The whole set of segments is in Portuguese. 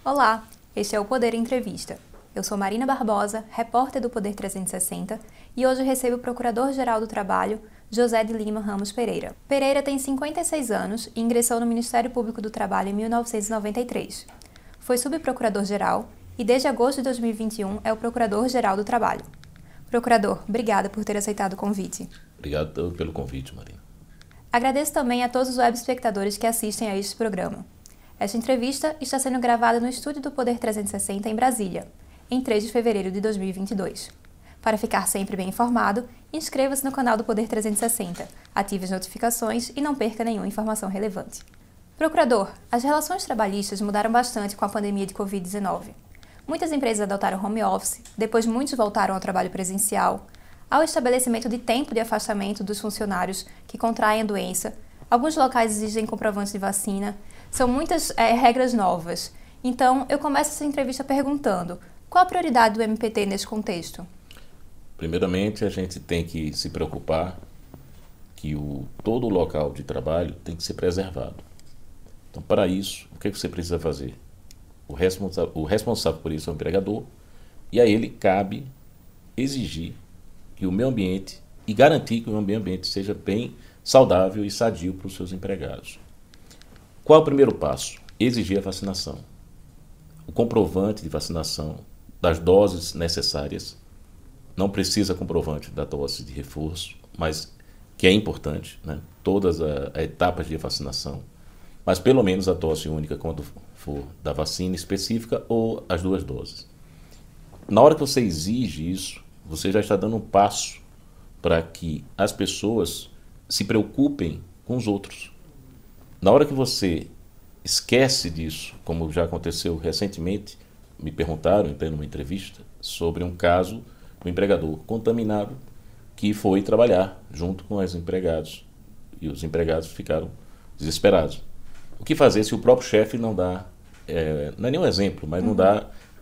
Olá, este é o Poder Entrevista. Eu sou Marina Barbosa, repórter do Poder 360, e hoje recebo o Procurador-Geral do Trabalho, José de Lima Ramos Pereira. Pereira tem 56 anos e ingressou no Ministério Público do Trabalho em 1993. Foi subprocurador-geral e desde agosto de 2021 é o Procurador-Geral do Trabalho. Procurador, obrigada por ter aceitado o convite. Obrigado pelo convite, Marina. Agradeço também a todos os web espectadores que assistem a este programa. Esta entrevista está sendo gravada no estúdio do Poder 360 em Brasília, em 3 de fevereiro de 2022. Para ficar sempre bem informado, inscreva-se no canal do Poder 360, ative as notificações e não perca nenhuma informação relevante. Procurador, as relações trabalhistas mudaram bastante com a pandemia de Covid-19. Muitas empresas adotaram home office, depois muitos voltaram ao trabalho presencial, ao estabelecimento de tempo de afastamento dos funcionários que contraem a doença. Alguns locais exigem comprovantes de vacina. São muitas regras novas. Então, eu começo essa entrevista perguntando: qual a prioridade do MPT nesse contexto? Primeiramente, a gente tem que se preocupar que todo o local de trabalho tem que ser preservado. Então, para isso, o que você precisa fazer? O responsável por isso é o empregador, e a ele cabe exigir que o meio ambiente e garantir que o meio ambiente seja bem saudável e sadio para os seus empregados. Qual é o primeiro passo? Exigir a vacinação. O comprovante de vacinação das doses necessárias. Não precisa comprovante da dose de reforço, mas que é importante, né? Todas as etapas de vacinação, mas pelo menos a dose única quando for da vacina específica ou as 2 doses. Na hora que você exige isso, você já está dando um passo para que as pessoas se preocupem com os outros. Na hora que você esquece disso, como já aconteceu recentemente, me perguntaram, entrei numa entrevista, sobre um caso do empregador contaminado que foi trabalhar junto com os empregados. E os empregados ficaram desesperados. O que fazer se o próprio chefe não dá, não é nenhum exemplo, mas não dá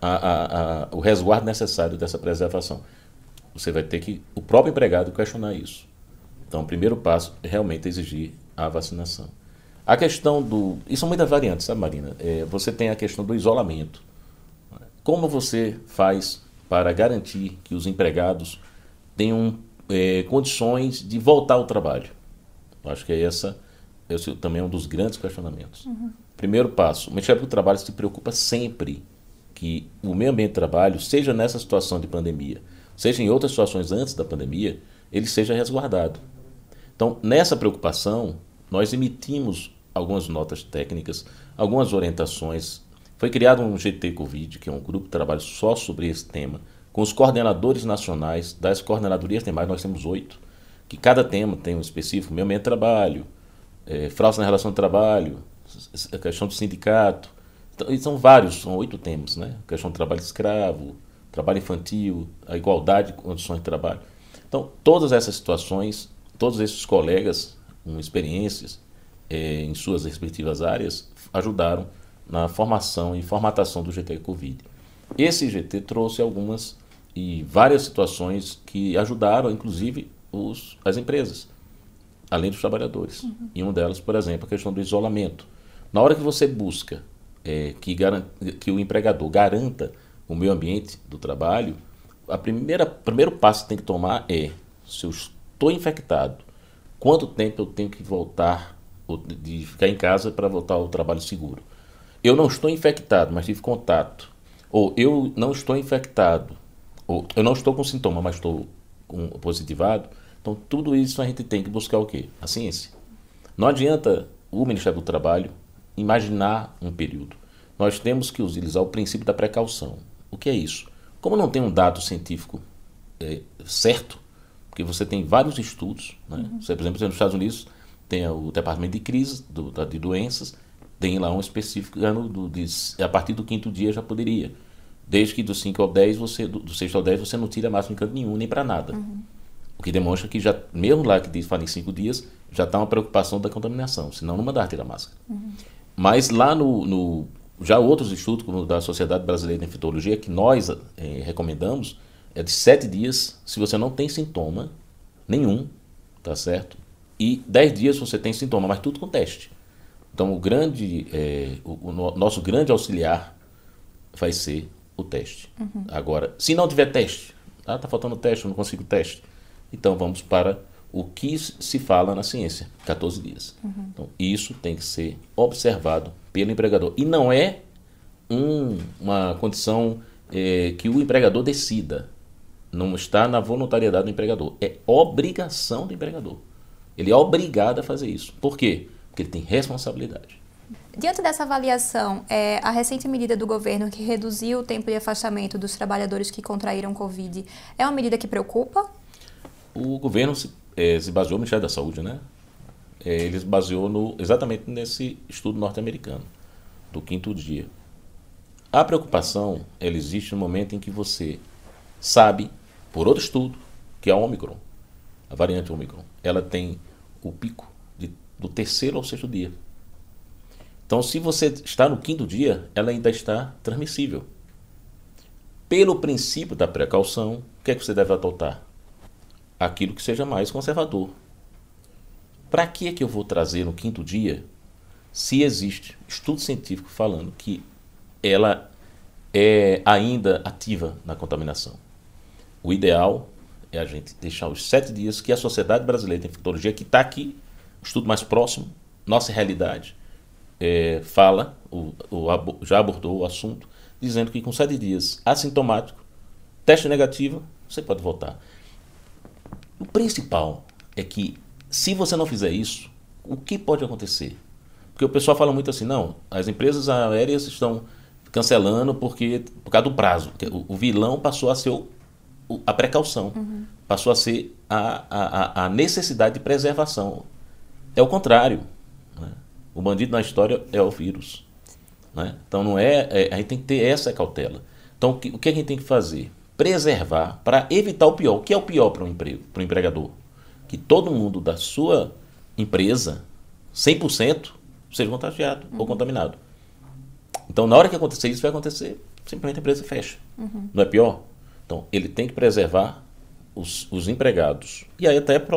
o resguardo necessário dessa preservação? Você vai ter que, o próprio empregado, questionar isso. Então, o primeiro passo é realmente exigir a vacinação. A questão e são muitas variantes, sabe, Marina? Você tem a questão do isolamento. Como você faz para garantir que os empregados tenham condições de voltar ao trabalho? Eu acho que esse também é um dos grandes questionamentos. Primeiro passo, o Ministério do Trabalho se preocupa sempre que o meio ambiente de trabalho, seja nessa situação de pandemia, seja em outras situações antes da pandemia, ele seja resguardado. Então, nessa preocupação, nós emitimos algumas notas técnicas, algumas orientações. Foi criado um GT Covid, que é um grupo de trabalho só sobre esse tema, com os coordenadores nacionais das coordenadorias demais, nós temos 8, que cada tema tem um específico: meio ambiente de trabalho, fraude na relação de trabalho, a questão do sindicato. Então, e são vários, são 8 temas, né? A questão do trabalho escravo, trabalho infantil, a igualdade de condições de trabalho. Então, todas essas situações, todos esses colegas com experiências em suas respectivas áreas ajudaram na formação e formatação do GT Covid. Esse GT trouxe algumas e várias situações que ajudaram, inclusive, as empresas, além dos trabalhadores. E uma delas, por exemplo, a questão do isolamento. Na hora que você busca que o empregador garanta o meio ambiente do trabalho, primeiro passo que tem que tomar é: se eu estou infectado, quanto tempo eu tenho que voltar, de ficar em casa para voltar ao trabalho seguro? Eu não estou infectado, mas tive contato. Ou eu não estou infectado, ou eu não estou com sintoma, mas estou positivado. Então, tudo isso a gente tem que buscar o quê? A ciência. Não adianta o Ministério do Trabalho imaginar um período. Nós temos que utilizar o princípio da precaução. O que é isso? Como não tem um dado científico certo, porque você tem vários estudos, né? Você, por exemplo, nos Estados Unidos tem o Departamento de Crise de Doenças, tem lá um específico, a partir do 5º dia já poderia. Desde que do 5 ao 10, do 6 ao 10, você não tira máscara em canto nenhum, nem para nada. O que demonstra que já, mesmo lá que fala em 5 dias, já está uma preocupação da contaminação, senão não mandar tirar máscara. Mas lá já outros estudos, como o da Sociedade Brasileira de Infectologia, que nós recomendamos, é de 7 dias, se você não tem sintoma nenhum, tá certo? E 10 dias você tem sintoma, mas tudo com teste. Então, o nosso grande auxiliar vai ser o teste. Agora, se não tiver teste, tá faltando teste, eu não consigo teste, então vamos para o que se fala na ciência, 14 dias. Então, isso tem que ser observado pelo empregador. E não é uma condição que o empregador decida. Não está na voluntariedade do empregador. É obrigação do empregador. Ele é obrigado a fazer isso. Por quê? Porque ele tem responsabilidade. Diante dessa avaliação, a recente medida do governo que reduziu o tempo de afastamento dos trabalhadores que contraíram Covid é uma medida que preocupa? O governo se baseou no Ministério da Saúde, né? Ele se baseou exatamente nesse estudo norte-americano, do 5º dia. A preocupação, ela existe no momento em que você sabe, por outro estudo, que a Ômicron, a variante Ômicron, ela tem o pico do 3º ao 6º dia. Então, se você está no 5º dia, ela ainda está transmissível. Pelo princípio da precaução, o que é que você deve adotar? Aquilo que seja mais conservador. Para que é que eu vou trazer no 5º dia, se existe estudo científico falando que ela é ainda ativa na contaminação? O ideal é a gente deixar os 7 dias que a Sociedade Brasileira de Infectologia, que está aqui, o estudo mais próximo, nossa realidade, fala, já abordou o assunto, dizendo que com 7 dias assintomático, teste negativo, você pode voltar. O principal é que, se você não fizer isso, o que pode acontecer? Porque o pessoal fala muito assim, não, as empresas aéreas estão cancelando por causa do prazo. O vilão passou a ser a precaução, passou a ser a necessidade de preservação. É o contrário, né? O bandido na história é o vírus, né? Então a gente tem que ter essa cautela. Então o que a gente tem que fazer? Preservar para evitar o pior. O que é o pior para o empregador? Que todo mundo da sua empresa, 100%, seja contagiado ou contaminado. Então, na hora que acontecer isso, vai acontecer, simplesmente a empresa fecha. Não é pior? Então, ele tem que preservar os empregados e aí até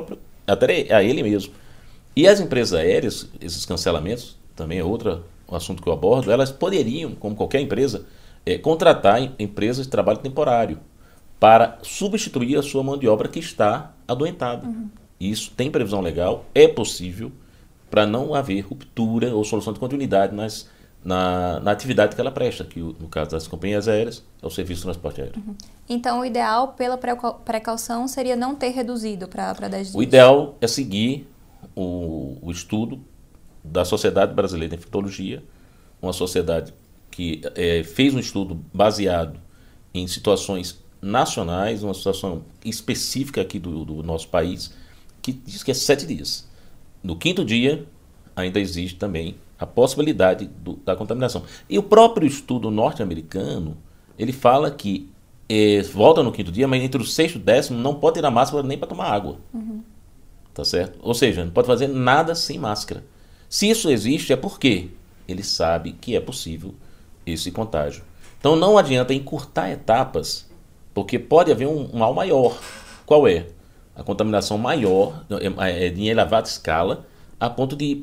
a ele mesmo. E as empresas aéreas, esses cancelamentos, também é outro assunto que eu abordo, elas poderiam, como qualquer empresa, contratar empresas de trabalho temporário para substituir a sua mão de obra que está adoentada. Isso tem previsão legal, é possível, para não haver ruptura ou solução de continuidade na atividade que ela presta, que no caso das companhias aéreas é o serviço de transporte aéreo. Então, o ideal, pela precaução, seria não ter reduzido para 10 dias? O ideal é seguir o estudo da Sociedade Brasileira de Infectologia, uma sociedade que fez um estudo baseado em situações nacionais, uma situação específica aqui do nosso país, que diz que é 7 dias. No 5º dia, ainda existe também a possibilidade da contaminação. E o próprio estudo norte-americano, ele fala que volta no 5º dia, mas entre o 6º e o 10º não pode tirar máscara nem para tomar água. Tá certo? Ou seja, não pode fazer nada sem máscara. Se isso existe, é porque ele sabe que é possível esse contágio. Então não adianta encurtar etapas, porque pode haver um mal maior. Qual é? A contaminação maior, em elevada escala, a ponto de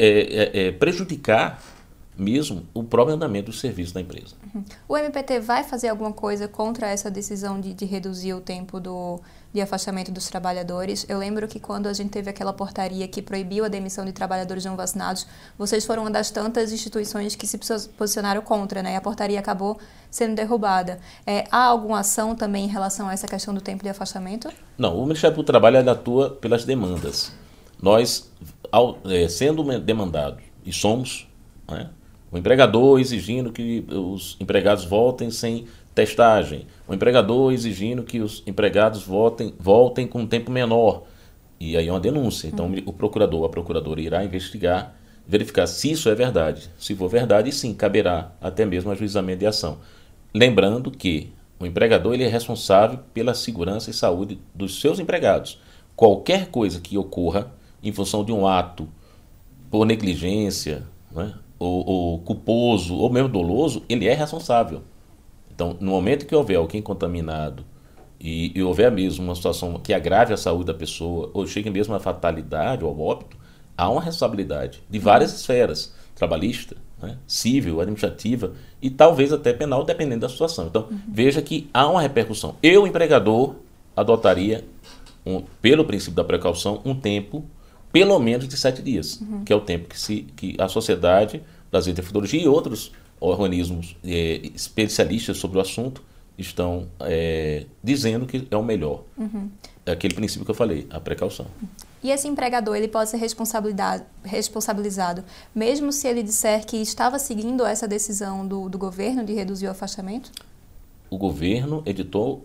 prejudicar mesmo o próprio andamento do serviço da empresa. O MPT vai fazer alguma coisa contra essa decisão de reduzir o tempo de afastamento dos trabalhadores? Eu lembro que quando a gente teve aquela portaria que proibiu a demissão de trabalhadores não vacinados, vocês foram uma das tantas instituições que se posicionaram contra, né? E a portaria acabou sendo derrubada. Há alguma ação também em relação a essa questão do tempo de afastamento? Não, o Ministério do Trabalho atua pelas demandas. Nós, sendo demandados, e somos, né, o empregador exigindo que os empregados voltem sem testagem, o empregador exigindo que os empregados voltem com um tempo menor, e aí é uma denúncia. Então o procurador, a procuradora irá investigar, verificar se isso é verdade. Se for verdade, sim, caberá até mesmo ajuizamento de ação. Lembrando que o empregador ele é responsável pela segurança e saúde dos seus empregados. Qualquer coisa que ocorra em função de um ato por negligência, né, ou culposo, ou mesmo doloso, ele é responsável. Então, no momento que houver alguém contaminado e houver mesmo uma situação que agrave a saúde da pessoa, ou chegue mesmo à fatalidade ou ao óbito, há uma responsabilidade de várias esferas. trabalhista, né, civil, administrativa e talvez até penal, dependendo da situação. Então, veja que há uma repercussão. Eu, empregador, adotaria, pelo princípio da precaução, um tempo pelo menos de 7 dias, que é o tempo que a Sociedade Brasileira de Infectologia e outros organismos especialistas sobre o assunto estão dizendo que é o melhor. É aquele princípio que eu falei, a precaução. E esse empregador, ele pode ser responsabilizado, mesmo se ele disser que estava seguindo essa decisão do governo de reduzir o afastamento? O governo editou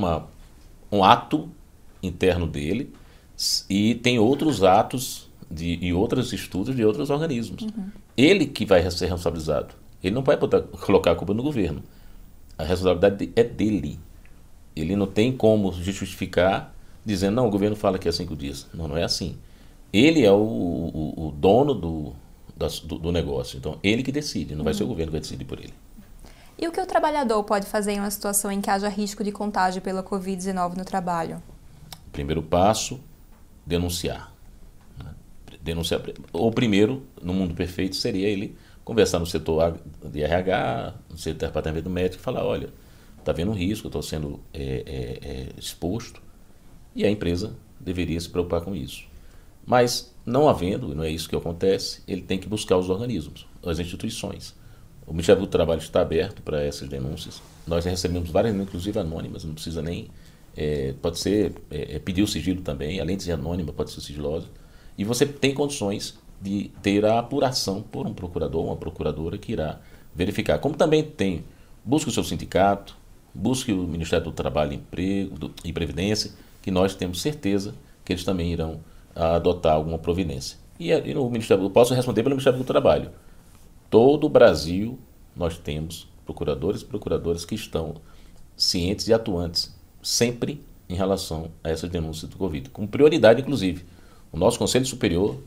um ato interno dele e tem outros atos e outros estudos de outros organismos. Ele que vai ser responsabilizado. Ele não vai colocar a culpa no governo. A responsabilidade é dele. Ele não tem como justificar dizendo, não, o governo fala que é 5 dias. Não, não é assim. Ele é o dono do negócio. Então, ele que decide, não vai ser o governo que vai decidir por ele. E o que o trabalhador pode fazer em uma situação em que haja risco de contágio pela Covid-19 no trabalho? Primeiro passo, denunciar. Denunciar. O primeiro, no mundo perfeito, seria ele conversar no setor de RH, no setor do departamento médico e falar, olha, está havendo um risco, eu estou sendo exposto. E a empresa deveria se preocupar com isso. Mas, não havendo, não é isso que acontece, ele tem que buscar os organismos, as instituições. O Ministério do Trabalho está aberto para essas denúncias. Nós já recebemos várias, inclusive anônimas, não precisa nem... pode ser pedir o sigilo também, além de ser anônima, pode ser sigilosa. E você tem condições de ter a apuração por um procurador ou uma procuradora que irá verificar. Como também busque o seu sindicato, busque o Ministério do Trabalho e Previdência, que nós temos certeza que eles também irão adotar alguma providência. E no Ministério, eu posso responder pelo Ministério do Trabalho. Todo o Brasil nós temos procuradores e procuradoras que estão cientes e atuantes sempre em relação a essas denúncias do Covid, com prioridade inclusive. O nosso Conselho Superior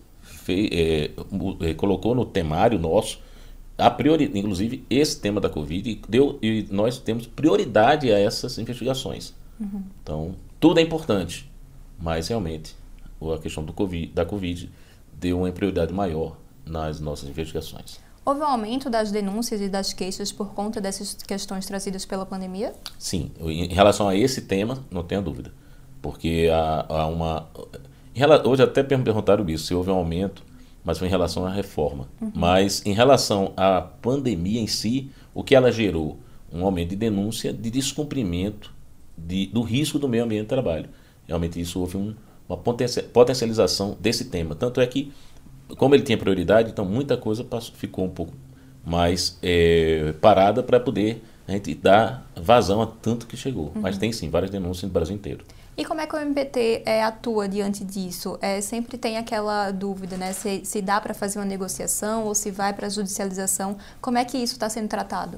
colocou no temário nosso inclusive esse tema da Covid e nós temos prioridade a essas investigações. Então, tudo é importante, mas realmente a questão da Covid deu uma prioridade maior nas nossas investigações. Houve um aumento das denúncias e das queixas por conta dessas questões trazidas pela pandemia? Sim, em relação a esse tema, não tenha dúvida, porque há uma... Hoje até me perguntaram isso, se houve um aumento, mas foi em relação à reforma. Mas em relação à pandemia em si, o que ela gerou? Um aumento de denúncia de descumprimento do risco do meio ambiente de trabalho. Realmente isso houve uma potencialização desse tema. Tanto é que, como ele tinha prioridade, então muita coisa ficou um pouco mais parada para poder a gente dar vazão a tanto que chegou. Mas tem sim várias denúncias no Brasil inteiro. E como é que o MPT atua diante disso? Sempre tem aquela dúvida, né? Se dá para fazer uma negociação ou se vai para a judicialização. Como é que isso está sendo tratado?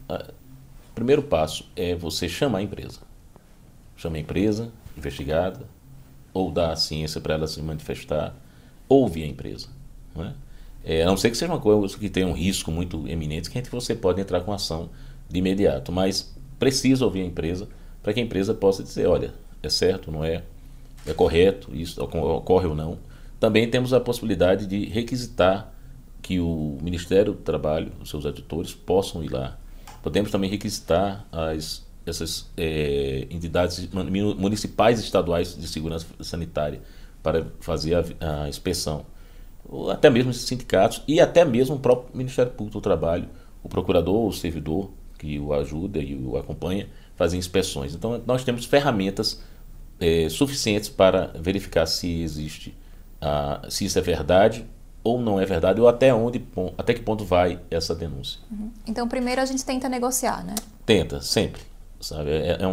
O primeiro passo é você chamar a empresa. Chama a empresa investigada, ou dá a ciência para ela se manifestar, ouve a empresa. Não é? A não ser que seja uma coisa que tenha um risco muito eminente, que você pode entrar com ação de imediato, mas precisa ouvir a empresa para que a empresa possa dizer, olha, é certo, não é correto, isso ocorre ou não. Também temos a possibilidade de requisitar que o Ministério do Trabalho, os seus auditores, possam ir lá. Podemos também requisitar essas entidades municipais e estaduais de segurança sanitária para fazer a inspeção. Ou até mesmo esses sindicatos e até mesmo o próprio Ministério Público do Trabalho, o procurador ou o servidor que o ajuda e o acompanha, fazer inspeções. Então, nós temos ferramentas suficientes para verificar se existe, se isso é verdade ou não é verdade, ou até que ponto vai essa denúncia. Então, primeiro a gente tenta negociar, né? Tenta, sempre. Sabe?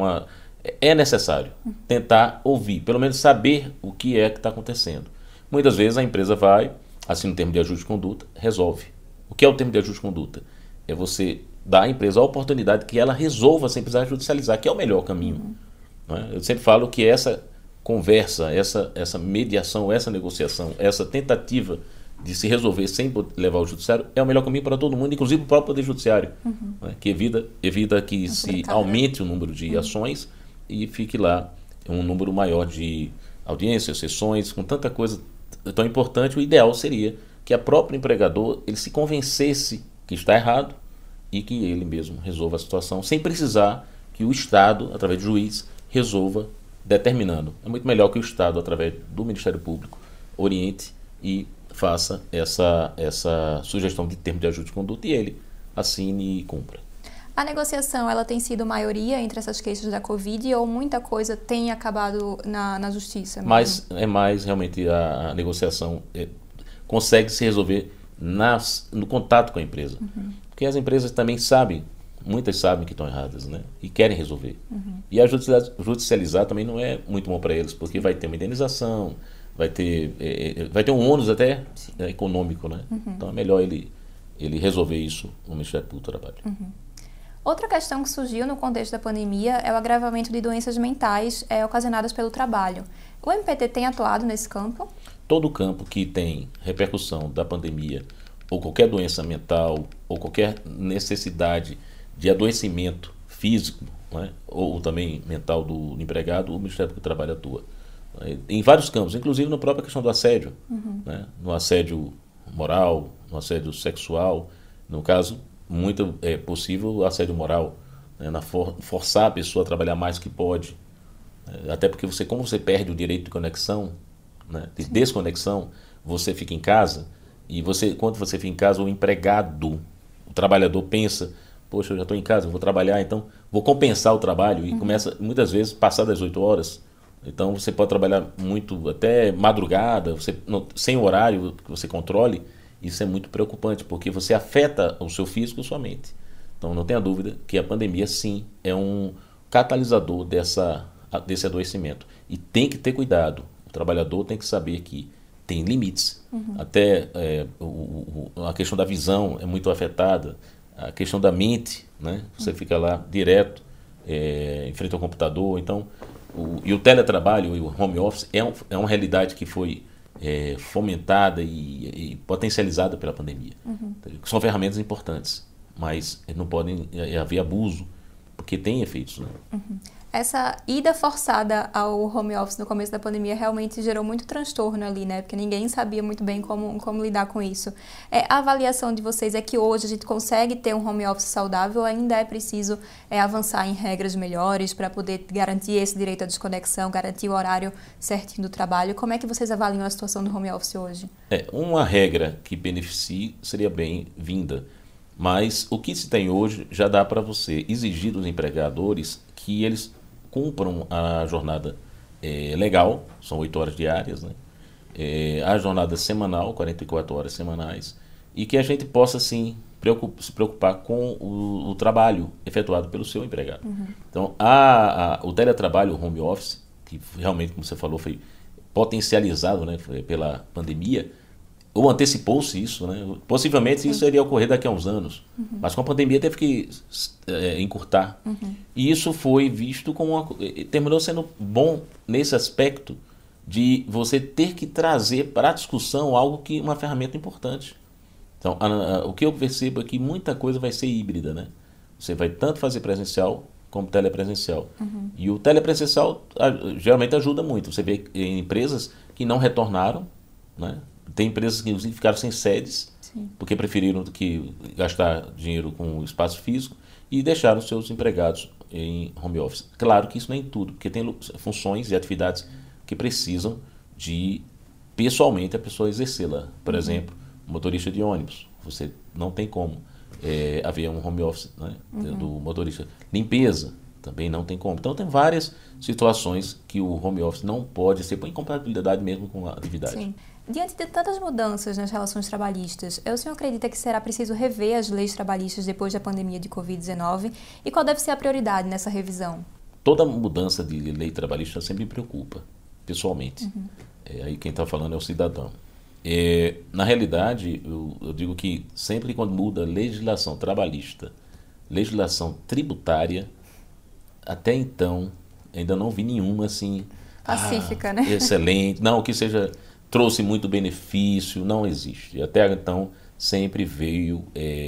É necessário tentar ouvir, pelo menos saber o que é que está acontecendo. Muitas vezes a empresa vai, assina um termo de ajuste de conduta, resolve. O que é o termo de ajuste de conduta? É você dar à empresa a oportunidade que ela resolva sem precisar judicializar, que é o melhor caminho. Não é? Eu sempre falo que essa conversa, essa mediação, essa negociação, essa tentativa de se resolver sem levar ao judiciário é o melhor caminho para todo mundo, inclusive o próprio Poder Judiciário, né? Que evita que se aumente o número de ações e fique lá um número maior de audiências, sessões, com tanta coisa tão importante. O ideal seria que a próprio empregador ele se convencesse que está errado e que ele mesmo resolva a situação, sem precisar que o Estado, através do juiz, resolva determinando. É muito melhor que o Estado, através do Ministério Público, oriente e faça essa sugestão de termo de ajuste de conduta e ele assine e cumpra. A negociação, ela tem sido maioria entre essas queixas da Covid ou muita coisa tem acabado na justiça? Mas é mais realmente a negociação consegue se resolver no contato com a empresa. Porque as empresas também sabem, muitas sabem que estão erradas, né? E querem resolver. E a judicializar também não é muito bom para eles, porque vai ter uma indenização, vai ter um ônus até econômico, né? Então é melhor ele resolver isso no Ministério Público do Trabalho. Outra questão que surgiu no contexto da pandemia é o agravamento de doenças mentais ocasionadas pelo trabalho. O MPT tem atuado nesse campo? Todo campo que tem repercussão da pandemia, ou qualquer doença mental, ou qualquer necessidade de adoecimento físico, né, ou também mental do empregado, o Ministério Público do Trabalho atua. Em vários campos, inclusive na própria questão do assédio, né, no assédio moral, no assédio sexual, no caso, muito é possível o assédio moral, né, forçar a pessoa a trabalhar mais que pode, até porque como você perde o direito de conexão, né, de desconexão, você fica em casa e quando você fica em casa, o empregado, o trabalhador pensa, poxa, eu já estou em casa, eu vou trabalhar, então vou compensar o trabalho e começa muitas vezes passar das 8 horas. Então você pode trabalhar muito até madrugada, sem horário que você controle. Isso é muito preocupante, porque você afeta o seu físico e a sua mente. Então não tenha dúvida que a pandemia sim é um catalisador desse adoecimento. E tem que ter cuidado. O trabalhador tem que saber que tem limites. Até a questão da visão é muito afetada. A questão da mente, né? Você fica lá direto, em frente ao computador. Então, o teletrabalho e o home office é uma realidade que foi fomentada e potencializada pela pandemia. São ferramentas importantes, mas não podem haver abuso, porque tem efeitos. Né? Essa ida forçada ao home office no começo da pandemia realmente gerou muito transtorno ali, né? Porque ninguém sabia muito bem como lidar com isso. A avaliação de vocês é que hoje a gente consegue ter um home office saudável ou ainda é preciso avançar em regras melhores para poder garantir esse direito à desconexão, garantir o horário certinho do trabalho? Como é que vocês avaliam a situação do home office hoje? Uma regra que beneficie seria bem-vinda, mas o que se tem hoje já dá para você exigir dos empregadores que eles cumpram a jornada legal, são 8 horas diárias, né? A jornada semanal, 44 horas semanais, e que a gente possa, sim, se preocupar com o trabalho efetuado pelo seu empregado. Então, o teletrabalho, o home office, que realmente, como você falou, foi potencializado, né, pela pandemia, ou antecipou-se isso, né? Possivelmente isso iria ocorrer daqui a uns anos, mas com a pandemia teve que encurtar. E isso foi visto terminou sendo bom nesse aspecto de você ter que trazer para a discussão uma ferramenta importante. Então, o que eu percebo é que muita coisa vai ser híbrida, né? Você vai tanto fazer presencial como telepresencial. E o telepresencial geralmente ajuda muito. Você vê empresas que não retornaram, né? Tem empresas que inclusive ficaram sem sedes, porque preferiram gastar dinheiro com o espaço físico e deixaram seus empregados em home office. Claro que isso nem tudo, porque tem funções e atividades que precisam de, pessoalmente, a pessoa exercê-la. Por exemplo, motorista de ônibus. Você não tem como haver um home office, né, do motorista. Limpeza, também não tem como. Então, tem várias situações que o home office não pode ser por incompatibilidade mesmo com a atividade. Sim. Diante de tantas mudanças nas relações trabalhistas, o senhor acredita que será preciso rever as leis trabalhistas depois da pandemia de Covid-19? E qual deve ser a prioridade nessa revisão? Toda mudança de lei trabalhista sempre me preocupa, pessoalmente. Aí quem está falando é o cidadão. Na realidade, eu digo que sempre quando muda legislação trabalhista, legislação tributária, até então, ainda não vi nenhuma assim... pacífica, né? Excelente. Não, que seja... trouxe muito benefício, não existe. Até então, sempre veio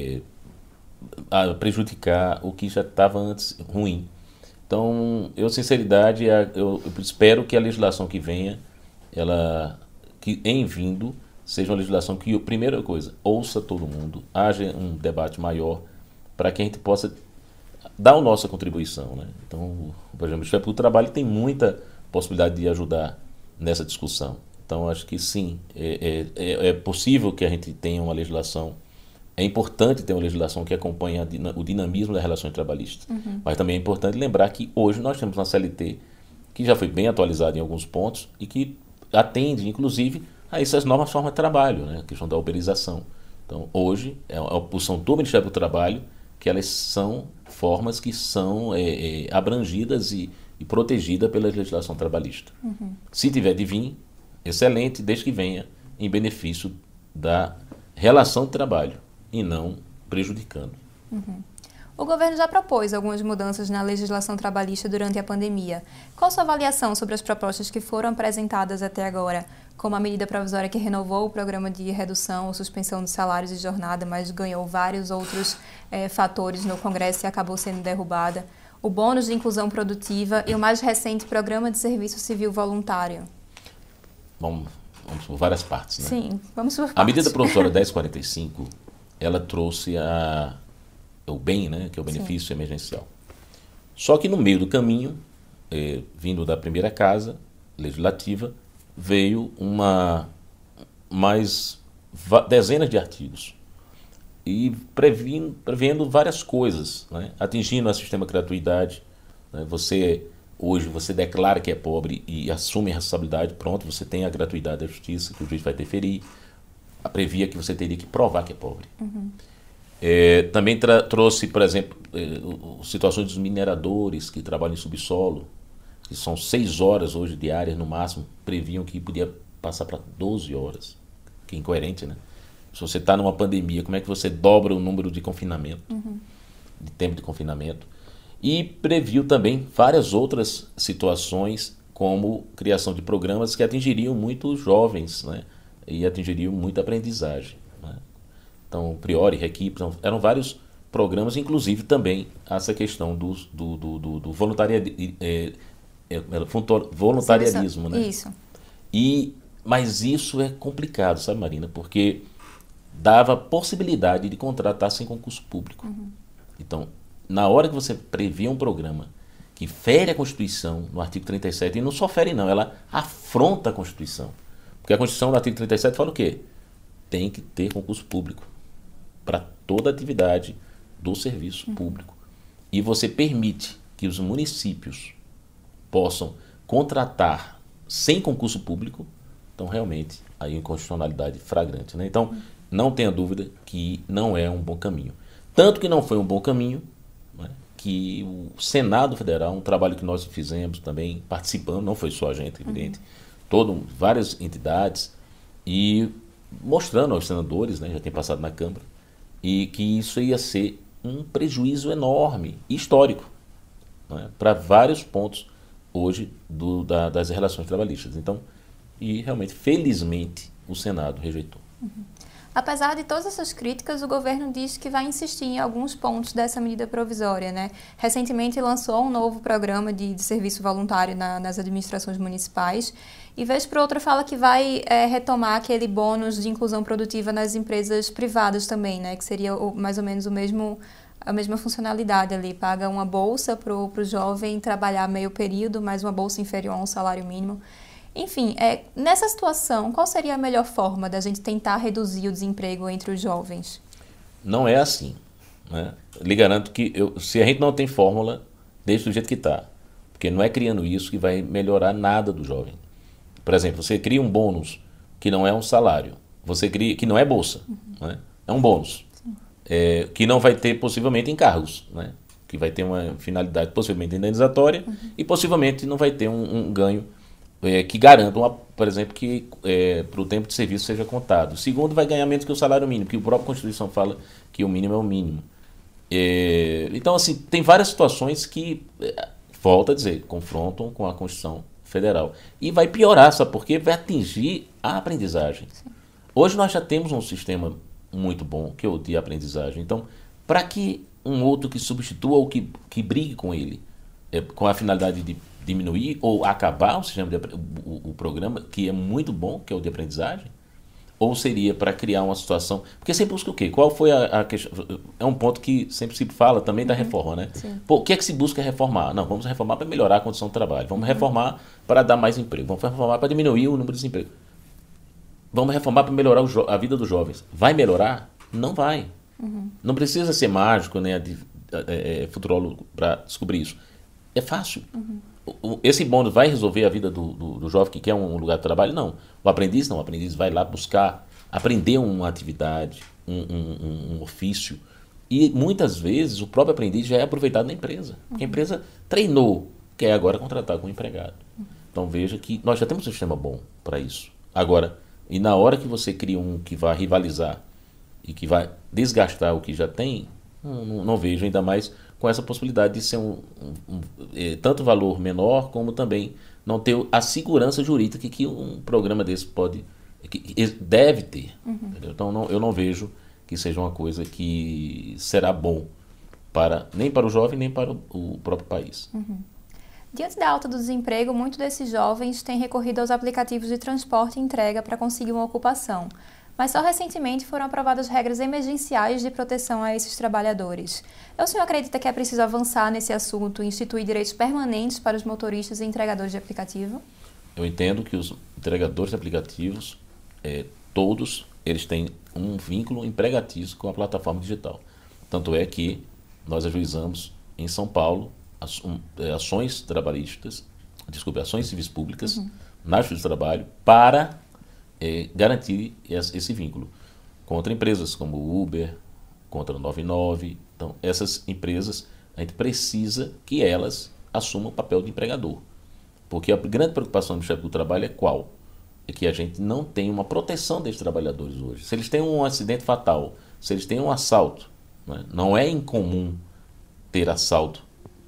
a prejudicar o que já estava antes ruim. Então, eu espero que a legislação que venha, que em vindo, seja uma legislação que, primeira coisa, ouça todo mundo, haja um debate maior para que a gente possa dar a nossa contribuição, né? Então, por exemplo, o Ministério Público do Trabalho tem muita possibilidade de ajudar nessa discussão. Então, acho que sim, é possível que a gente tenha uma legislação, é importante ter uma legislação que acompanhe o dinamismo das relações trabalhistas. Mas também é importante lembrar que hoje nós temos uma CLT que já foi bem atualizada em alguns pontos e que atende, inclusive, a essas novas formas de trabalho, né? A questão da uberização. Então, hoje, é a posição do Ministério do Trabalho que elas são formas que são abrangidas e protegidas pela legislação trabalhista. Se tiver de vir, excelente, desde que venha em benefício da relação de trabalho e não prejudicando. O governo já propôs algumas mudanças na legislação trabalhista durante a pandemia. Qual a sua avaliação sobre as propostas que foram apresentadas até agora, como a medida provisória que renovou o programa de redução ou suspensão de salários de jornada, mas ganhou vários outros fatores no Congresso e acabou sendo derrubada, o bônus de inclusão produtiva e o mais recente programa de serviço civil voluntário? Vamos por várias partes, né? Sim, vamos por partes. A medida provisória 1045, ela trouxe o bem, né, que é o benefício emergencial. Só que no meio do caminho, vindo da primeira casa legislativa, veio dezenas de artigos e prevendo várias coisas, né, atingindo o sistema de gratuidade. Né, hoje você declara que é pobre e assume a responsabilidade, pronto, você tem a gratuidade da justiça, que o juiz vai deferir. Previa que você teria que provar que é pobre. Também trouxe, por exemplo, situações dos mineradores que trabalham em subsolo, que são 6 horas hoje diárias no máximo, previam que podia passar para 12 horas. Que é incoerente, né? Se você está numa pandemia, como é que você dobra o número de confinamento, de tempo de confinamento? E previu também várias outras situações, como criação de programas que atingiriam muito os jovens, né? E atingiriam muita aprendizagem, né? Então, Priori, Requipe, eram vários programas, inclusive também essa questão do voluntariarismo, né? Isso. Mas isso é complicado, sabe, Marina? Porque dava possibilidade de contratar sem concurso público. Então, na hora que você prevê um programa que fere a Constituição, no artigo 37, e não só fere não, ela afronta a Constituição. Porque a Constituição, no artigo 37, fala o quê? Tem que ter concurso público para toda atividade do serviço público. E você permite que os municípios possam contratar sem concurso público, então realmente aí a inconstitucionalidade flagrante, né? Então, não tenha dúvida que não é um bom caminho. Tanto que não foi um bom caminho, né, que o Senado Federal, um trabalho que nós fizemos também, participando, não foi só a gente, evidente, várias entidades, e mostrando aos senadores, né, já tem passado na Câmara, e que isso ia ser um prejuízo enorme, histórico, né, para vários pontos hoje das relações trabalhistas. Então, e realmente, felizmente, o Senado rejeitou. Apesar de todas essas críticas, o governo diz que vai insistir em alguns pontos dessa medida provisória, né? Recentemente lançou um novo programa de serviço voluntário nas administrações municipais e, vez por outra, fala que vai retomar aquele bônus de inclusão produtiva nas empresas privadas também, né? Que seria mais ou menos a mesma funcionalidade ali. Paga uma bolsa para o jovem trabalhar meio período, mais uma bolsa inferior a um salário mínimo. Enfim, nessa situação, qual seria a melhor forma da gente tentar reduzir o desemprego entre os jovens? Não é assim, né? Lhe garanto que se a gente não tem fórmula, deixa do jeito que está. Porque não é criando isso que vai melhorar nada do jovem. Por exemplo, você cria um bônus que não é um salário. Você cria que não é bolsa, né? É um bônus. Que não vai ter possivelmente encargos, né? Que vai ter uma finalidade possivelmente indenizatória e possivelmente não vai ter um ganho que garantam, por exemplo, que para o tempo de serviço seja contado. O segundo vai ganhar menos que o salário mínimo, porque a própria Constituição fala que o mínimo é o mínimo. Então, assim, tem várias situações que, volto a dizer, confrontam com a Constituição Federal. E vai piorar, sabe por quê? Vai atingir a aprendizagem. Sim. Hoje nós já temos um sistema muito bom, que é o de aprendizagem. Então, para que um outro que substitua ou que brigue com ele, com a finalidade de diminuir ou acabar o sistema o programa, que é muito bom, que é o de aprendizagem, ou seria para criar uma situação... Porque você busca o quê? Qual foi a questão? É um ponto que sempre se fala também da reforma, né? Pô, o que é que se busca reformar? Não, vamos reformar para melhorar a condição do trabalho. Vamos reformar para dar mais emprego. Vamos reformar para diminuir o número de desemprego. Vamos reformar para melhorar a vida dos jovens. Vai melhorar? Não vai. Não precisa ser mágico, né, futurólogo para descobrir isso. É fácil. Esse bônus vai resolver a vida do jovem que quer um lugar de trabalho? Não. O aprendiz não. O aprendiz vai lá buscar, aprender uma atividade, um ofício. E muitas vezes o próprio aprendiz já é aproveitado na empresa. Porque a empresa treinou, quer agora contratar com um empregado. Então veja que nós já temos um sistema bom para isso. Agora, e na hora que você cria um que vai rivalizar e que vai desgastar o que já tem, não vejo, ainda mais com essa possibilidade de ser tanto valor menor, como também não ter a segurança jurídica que um programa desse deve ter. Então eu não vejo que seja uma coisa que será bom nem para o jovem, nem para o próprio país. Diante da alta do desemprego, muitos desses jovens têm recorrido aos aplicativos de transporte e entrega para conseguir uma ocupação. Mas só recentemente foram aprovadas regras emergenciais de proteção a esses trabalhadores. O senhor acredita que é preciso avançar nesse assunto e instituir direitos permanentes para os motoristas e entregadores de aplicativo? Eu entendo que os entregadores de aplicativos, todos, eles têm um vínculo empregatício com a plataforma digital. Tanto é que nós ajuizamos em São Paulo ações civis públicas na Justiça do Trabalho para garantir esse vínculo contra empresas como o Uber, contra o 99. Então, essas empresas, a gente precisa que elas assumam o papel de empregador. Porque a grande preocupação do chefe do trabalho é qual? É que a gente não tem uma proteção desses trabalhadores hoje. Se eles têm um acidente fatal, se eles têm um assalto, né? Não é incomum ter assalto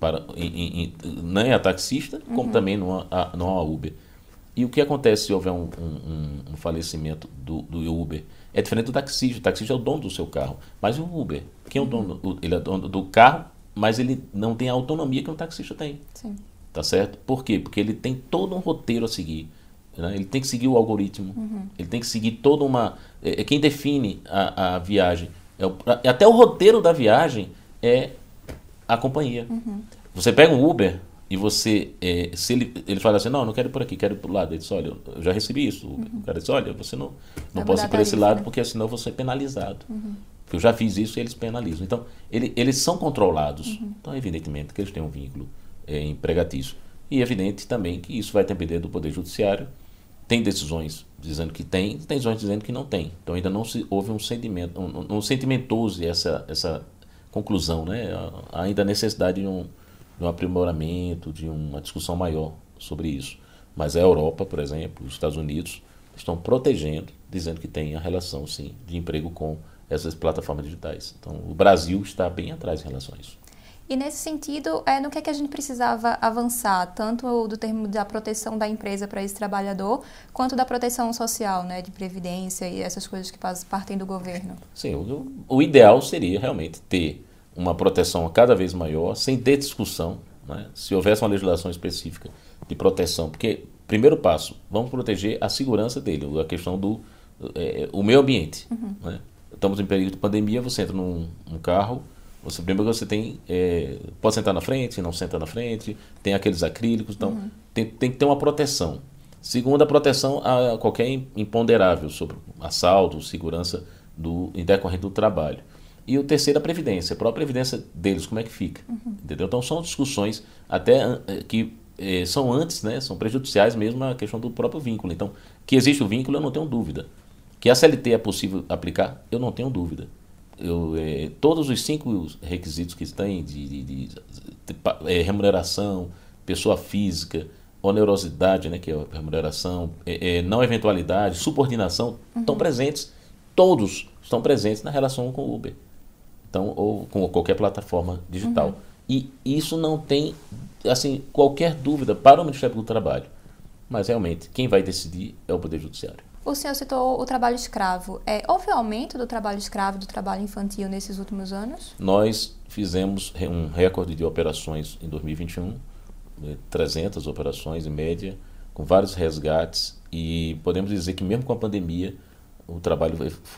nem a taxista, como também não a Uber. E o que acontece se houver um falecimento do Uber? É diferente do taxista. O taxista é o dono do seu carro. Mas o Uber, quem é o dono? Ele é dono do carro, mas ele não tem a autonomia que um taxista tem. Sim. Tá certo? Por quê? Porque ele tem todo um roteiro a seguir. Né? Ele tem que seguir o algoritmo. Ele tem que seguir toda uma... quem define a viagem. Até o roteiro da viagem é a companhia. Você pega um Uber... E você, se ele fala assim, não quero ir por aqui, quero ir por lado. Ele diz, olha, eu já recebi isso. O cara diz, olha, você não pode ir por esse lado, porque senão eu vou ser penalizado. Porque eu já fiz isso e eles penalizam. Então, eles são controlados. Então, evidentemente, que eles têm um vínculo empregatício. E é evidente também que isso vai depender do Poder Judiciário. Tem decisões dizendo que tem decisões dizendo que não tem. Então, ainda não houve um sentimento, não sentimentou-se essa conclusão, né? Ainda a necessidade de um aprimoramento, de uma discussão maior sobre isso. Mas a Europa, por exemplo, os Estados Unidos, estão protegendo, dizendo que tem a relação, sim, de emprego com essas plataformas digitais. Então, o Brasil está bem atrás em relação a isso. E nesse sentido, no que é que a gente precisava avançar, tanto do termo da proteção da empresa para esse trabalhador, quanto da proteção social, né, de previdência e essas coisas que partem do governo? Sim, o ideal seria realmente ter uma proteção cada vez maior, sem ter discussão, né? Se houvesse uma legislação específica de proteção, porque, primeiro passo, vamos proteger a segurança dele, a questão do meio ambiente. Né? Estamos em período de pandemia, você entra num carro, primeiro você tem, pode sentar na frente, não senta na frente, tem aqueles acrílicos, então tem que ter uma proteção. Segundo, a proteção a qualquer imponderável sobre assalto, segurança em decorrente do trabalho. E o terceiro, a previdência. A própria previdência deles, como é que fica? Entendeu? Então, são discussões até que são antes, né? São prejudiciais mesmo à questão do próprio vínculo. Então, que existe o vínculo, eu não tenho dúvida. Que a CLT é possível aplicar, eu não tenho dúvida. Todos os 5 requisitos que tem de remuneração, pessoa física, onerosidade, né, que é a remuneração, não eventualidade, subordinação, estão presentes. Todos estão presentes na relação com o Uber. Então, ou com qualquer plataforma digital. E isso não tem assim, qualquer dúvida para o Ministério do Trabalho. Mas, realmente, quem vai decidir é o Poder Judiciário. O senhor citou o trabalho escravo. Houve aumento do trabalho escravo, do trabalho infantil nesses últimos anos? Nós fizemos um recorde de operações em 2021, 300 operações em média, com vários resgates. E podemos dizer que mesmo com a pandemia, o trabalho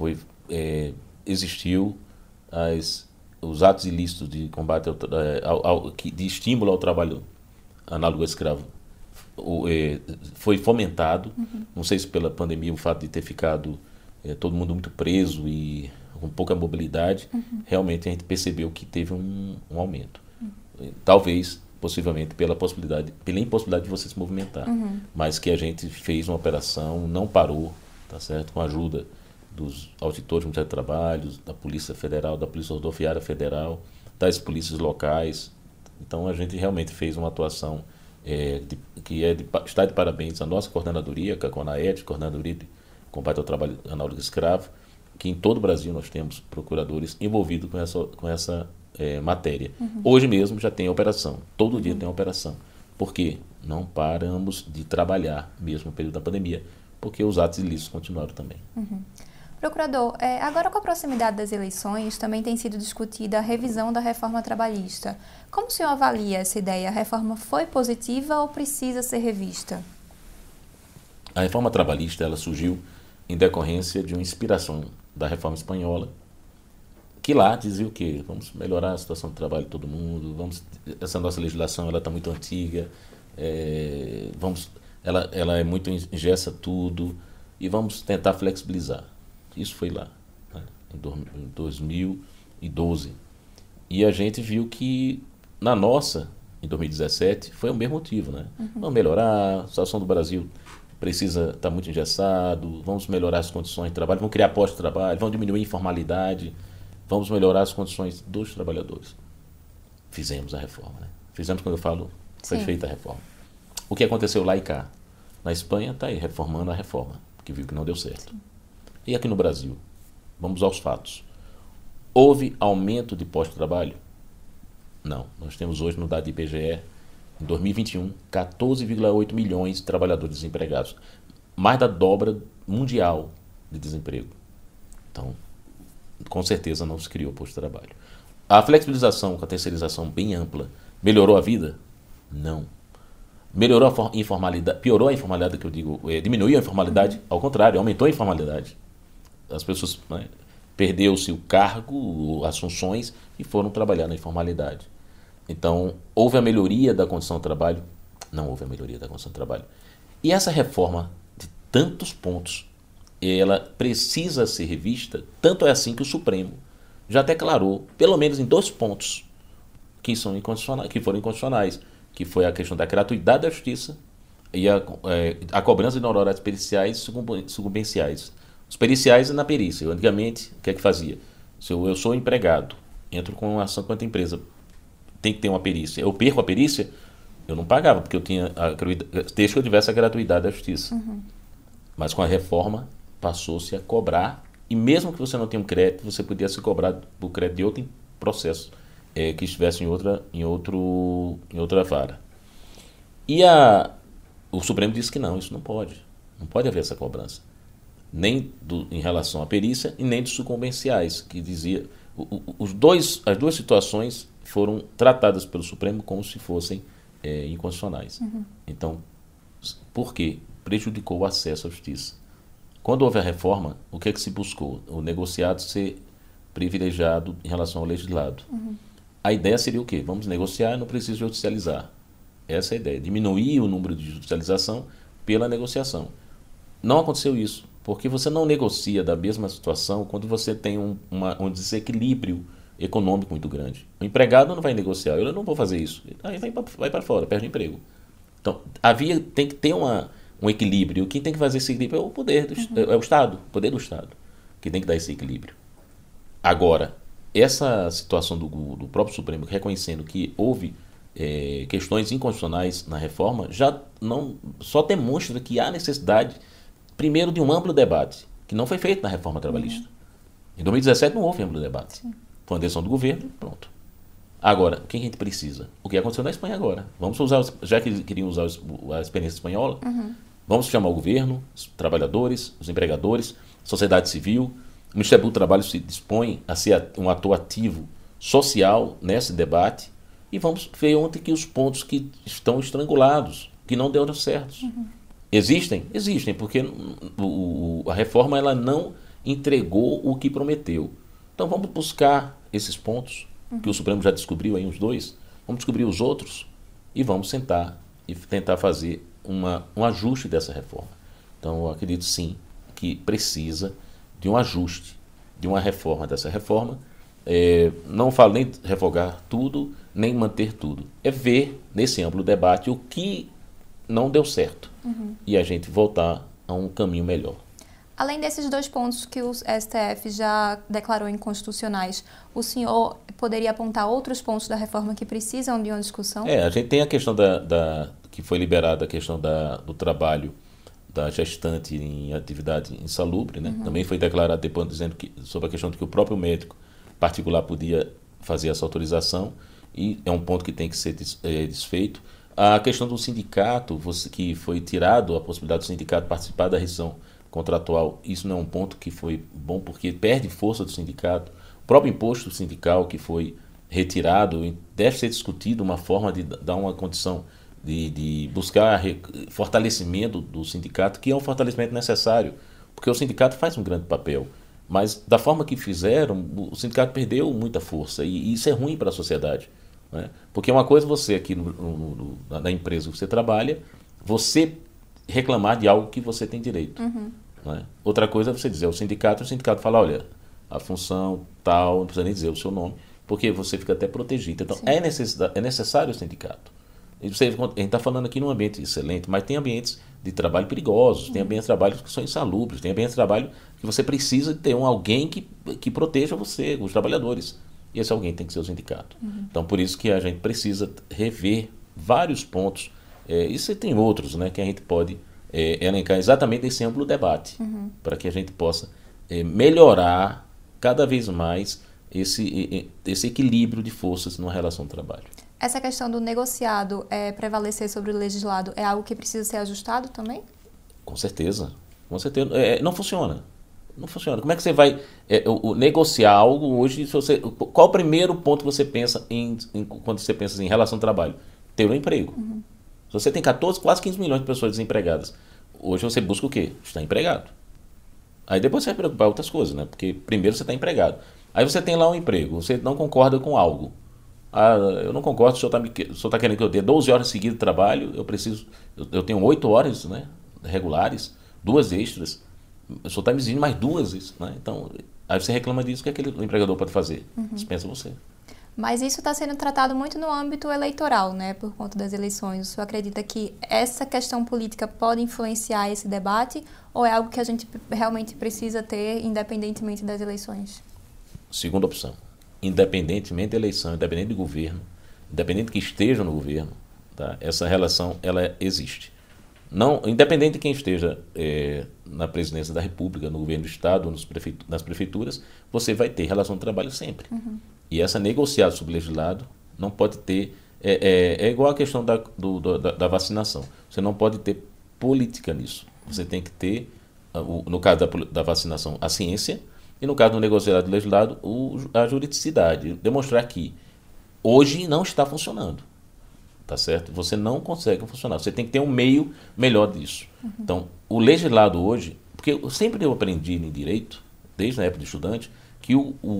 existiu os atos ilícitos de combate de estímulo ao trabalho análogo a escravo foi fomentado. Não sei se pela pandemia, o fato de ter ficado todo mundo muito preso e com pouca mobilidade, realmente a gente percebeu que teve um aumento. Talvez, possivelmente, pela impossibilidade de você se movimentar. Mas que a gente fez uma operação, não parou, tá certo? Com a ajuda dos auditores do Ministério do Trabalho, da Polícia Federal, da Polícia Rodoviária Federal, das polícias locais. Então a gente realmente fez uma atuação está de parabéns a nossa coordenadoria, que é a CONAED, Coordenadoria de Combate ao Trabalho Análogo Escravo, que em todo o Brasil nós temos procuradores envolvidos com essa matéria. Hoje mesmo já tem operação, todo dia tem operação. Por quê? Não paramos de trabalhar, mesmo no período da pandemia, porque os atos ilícitos continuaram também. Procurador, agora com a proximidade das eleições, também tem sido discutida a revisão da reforma trabalhista. Como o senhor avalia essa ideia? A reforma foi positiva ou precisa ser revista? A reforma trabalhista ela surgiu em decorrência de uma inspiração da reforma espanhola, que lá dizia o quê? Vamos melhorar a situação do trabalho de todo mundo, essa nossa legislação ela está muito antiga, ela é muito engessa tudo e vamos tentar flexibilizar. Isso foi lá, né, em 2012. E a gente viu que na nossa, em 2017, foi o mesmo motivo, né? Vamos melhorar, a situação do Brasil precisa estar muito engessado, vamos melhorar as condições de trabalho, vamos criar postos de trabalho, vamos diminuir a informalidade, vamos melhorar as condições dos trabalhadores. Fizemos a reforma, né? Fizemos, quando eu falo, foi feita a reforma. O que aconteceu lá e cá? Na Espanha está aí reformando a reforma, que viu que não deu certo. Sim. E aqui no Brasil? Vamos aos fatos. Houve aumento de postos de trabalho? Não. Nós temos hoje, no dado do IBGE, em 2021, 14,8 milhões de trabalhadores desempregados. Mais da dobra mundial de desemprego. Então, com certeza não se criou posto de trabalho. A flexibilização com a terceirização bem ampla melhorou a vida? Não. Melhorou a informalidade? Piorou a informalidade, que eu digo, diminuiu a informalidade? Ao contrário, aumentou a informalidade. As pessoas, né, perdeu-se o cargo, as funções e foram trabalhar na informalidade. Então, houve a melhoria da condição de trabalho? Não houve a melhoria da condição de trabalho. E essa reforma, de tantos pontos, ela precisa ser revista, tanto é assim que o Supremo já declarou, pelo menos em 2 pontos, que foram inconstitucionais, que foi a questão da gratuidade da justiça e a cobrança de honorários periciais e sucumbenciais. Os periciais na perícia. Eu, antigamente, o que é que fazia? Se eu sou empregado, entro com uma ação contra a empresa, tem que ter uma perícia. Eu perco a perícia, eu não pagava, porque eu tinha desde que eu tivesse a gratuidade da justiça. Mas com a reforma, passou-se a cobrar, e mesmo que você não tenha um crédito, você podia se cobrar do crédito de outro processo que estivesse em outra vara. E o Supremo disse que não, isso não pode. Não pode haver essa cobrança. Nem em relação à perícia e nem dos sucumbenciais, que dizia... as duas situações foram tratadas pelo Supremo como se fossem inconstitucionais. Então, por quê? Prejudicou o acesso à justiça. Quando houve a reforma, o que é que se buscou? O negociado ser privilegiado em relação ao legislado. A ideia seria o quê? Vamos negociar e não precisa judicializar. Essa é a ideia. Diminuir o número de judicialização pela negociação. Não aconteceu isso, porque você não negocia da mesma situação quando você tem um desequilíbrio econômico muito grande. O empregado não vai negociar, eu não vou fazer isso. Aí vai para fora, perde o emprego. Então, tem que ter um equilíbrio. Quem tem que fazer esse equilíbrio é o poder, é o Estado, o poder do Estado, que tem que dar esse equilíbrio. Agora, essa situação do próprio Supremo reconhecendo que houve questões inconstitucionais na reforma só demonstra que há necessidade, primeiro, de um amplo debate, que não foi feito na reforma trabalhista. Em 2017 não houve amplo debate. Sim. Foi uma decisão do governo, pronto. Agora, o que a gente precisa? O que aconteceu na Espanha agora? Vamos usar, já que queriam usar a experiência espanhola, vamos chamar o governo, os trabalhadores, os empregadores, sociedade civil. O Ministério do Trabalho se dispõe a ser um ator ativo social nesse debate e vamos ver ontem que os pontos que estão estrangulados, que não deram certo. Existem? Existem, porque a reforma ela não entregou o que prometeu. Então vamos buscar esses pontos, que o Supremo já descobriu aí uns 2, vamos descobrir os outros e vamos sentar e tentar fazer um ajuste dessa reforma. Então eu acredito sim que precisa de um ajuste, de uma reforma dessa reforma. Não falo nem revogar tudo, nem manter tudo. É ver nesse amplo debate o que não deu certo e a gente voltar a um caminho melhor. Além desses 2 pontos que o STF já declarou inconstitucionais, o senhor poderia apontar outros pontos da reforma que precisam de uma discussão? A gente tem a questão que foi liberada, a questão do trabalho da gestante em atividade insalubre, né? Também foi declarado depois dizendo sobre a questão de que o próprio médico particular podia fazer essa autorização, e é um ponto que tem que ser desfeito. A questão do sindicato, que foi tirado a possibilidade do sindicato participar da rescisão contratual, isso não é um ponto que foi bom, porque perde força do sindicato. O próprio imposto sindical que foi retirado, deve ser discutido uma forma de dar uma condição de buscar fortalecimento do sindicato, que é um fortalecimento necessário, porque o sindicato faz um grande papel, mas da forma que fizeram, o sindicato perdeu muita força, e isso é ruim para a sociedade, né? Porque uma coisa você aqui na empresa que você trabalha, você reclamar de algo que você tem direito. Né? Outra coisa é você dizer ao sindicato, o sindicato fala, olha, a função tal, não precisa nem dizer o seu nome, porque você fica até protegido. Então é necessário o sindicato. A gente está falando aqui num ambiente excelente, mas tem ambientes de trabalho perigosos, tem ambientes de trabalho que são insalubres, tem ambientes de trabalho que você precisa ter alguém que proteja você, os trabalhadores. E esse alguém tem que ser o sindicato. Então, por isso que a gente precisa rever vários pontos. E você tem outros, né, que a gente pode elencar exatamente esse amplo debate, para que a gente possa melhorar cada vez mais esse equilíbrio de forças numa relação de trabalho. Essa questão do negociado prevalecer sobre o legislado é algo que precisa ser ajustado também? Com certeza. Com certeza. Não funciona. Não funciona. Como é que você vai negociar algo hoje? Qual o primeiro ponto que você pensa quando você pensa em relação ao trabalho? Ter um emprego. Se você tem 14, quase 15 milhões de pessoas desempregadas, hoje você busca o quê? Estar empregado. Aí depois você vai preocupar com outras coisas, né? Porque primeiro você está empregado. Aí você tem lá um emprego, você não concorda com algo. Eu não concordo, o senhor está querendo que eu dê 12 horas seguidas de trabalho, eu tenho 8 horas, né, regulares, 2 extras, o senhor está me exigindo mais 2, né? Então, aí você reclama disso, o que aquele empregador pode fazer? Dispensa você. Mas isso está sendo tratado muito no âmbito eleitoral, né, por conta das eleições. O senhor acredita que essa questão política pode influenciar esse debate ou é algo que a gente realmente precisa ter independentemente das eleições? Segunda opção. Independentemente da eleição, independente do governo, independente de que esteja no governo, tá? Essa relação ela existe. Não, independente de quem esteja na presidência da República, no governo do Estado, nas prefeituras, você vai ter relação de trabalho sempre. E essa negociada sobre o legislado não pode ter... É igual a questão da vacinação. Você não pode ter política nisso. Você tem que ter, no caso da vacinação, a ciência, e no caso do negociado do legislado, a juridicidade. Demonstrar que hoje não está funcionando. Tá certo? Você não consegue funcionar. Você tem que ter um meio melhor disso. Então, o legislado hoje... Porque eu aprendi em direito, desde a época de estudante, que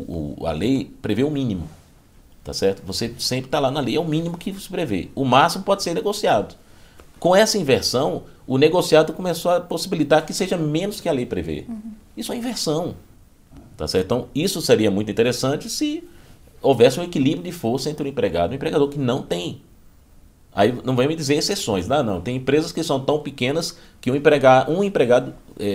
a lei prevê o mínimo. Tá certo? Você sempre está lá na lei, é o mínimo que se prevê. O máximo pode ser negociado. Com essa inversão, o negociado começou a possibilitar que seja menos que a lei prevê. Isso é inversão. Tá certo? Então, isso seria muito interessante se houvesse um equilíbrio de força entre o empregado e o empregador, que não tem. Aí não vai me dizer exceções. Não. Tem empresas que são tão pequenas que um empregado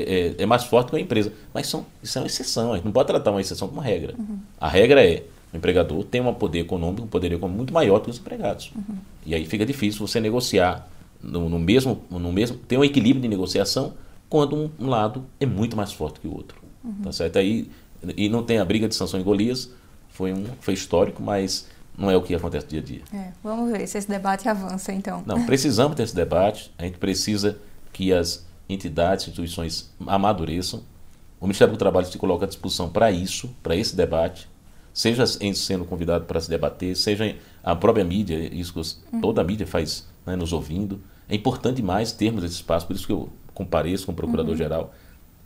é mais forte que uma empresa. Mas isso é uma exceção. A gente não pode tratar uma exceção como regra. A regra é o empregador tem um poder econômico muito maior que os empregados. E aí fica difícil você negociar no mesmo ter um equilíbrio de negociação quando um lado é muito mais forte que o outro. Tá certo? Aí, e não tem a briga de Sansão e Golias, foi histórico, mas não é o que acontece dia a dia. Vamos ver se esse debate avança, então. Não, precisamos desse debate, a gente precisa que as entidades, instituições amadureçam. O Ministério do Trabalho se coloca à disposição para isso, para esse debate, seja sendo convidado para se debater, seja a própria mídia, isso toda a mídia faz, nos ouvindo. É importante demais termos esse espaço, por isso que eu compareço com o Procurador-Geral,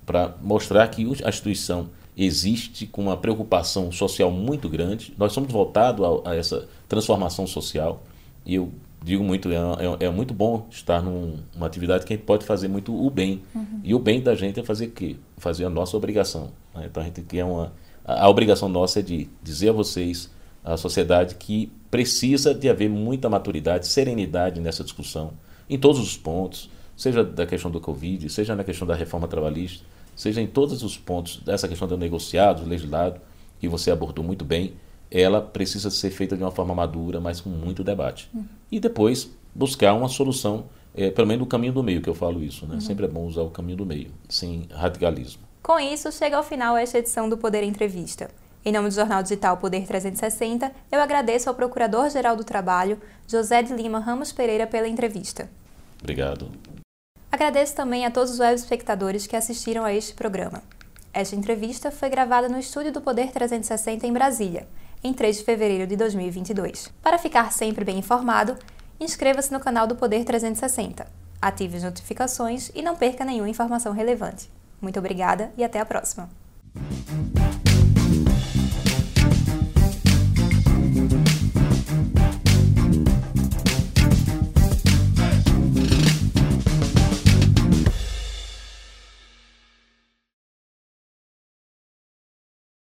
para mostrar que a instituição existe com uma preocupação social muito grande. Nós somos voltados a essa transformação social e eu digo muito, é muito bom estar numa atividade que a gente pode fazer muito o bem. E o bem da gente é fazer o quê? Fazer a nossa obrigação. Né? Então a gente quer a obrigação nossa é de dizer a vocês, a sociedade, que precisa de haver muita maturidade, serenidade nessa discussão, em todos os pontos, seja da questão do Covid, seja na questão da reforma trabalhista, seja em todos os pontos dessa questão do negociado, do legislado, que você abordou muito bem. Ela precisa ser feita de uma forma madura, mas com muito debate. E depois buscar uma solução, pelo menos do caminho do meio, que eu falo isso. Né? Sempre é bom usar o caminho do meio, sem radicalismo. Com isso, chega ao final esta edição do Poder Entrevista. Em nome do Jornal Digital Poder 360, eu agradeço ao Procurador-Geral do Trabalho, José de Lima Ramos Pereira, pela entrevista. Obrigado. Agradeço também a todos os web espectadores que assistiram a este programa. Esta entrevista foi gravada no estúdio do Poder 360 em Brasília, em 3 de fevereiro de 2022. Para ficar sempre bem informado, inscreva-se no canal do Poder 360, ative as notificações e não perca nenhuma informação relevante. Muito obrigada e até a próxima!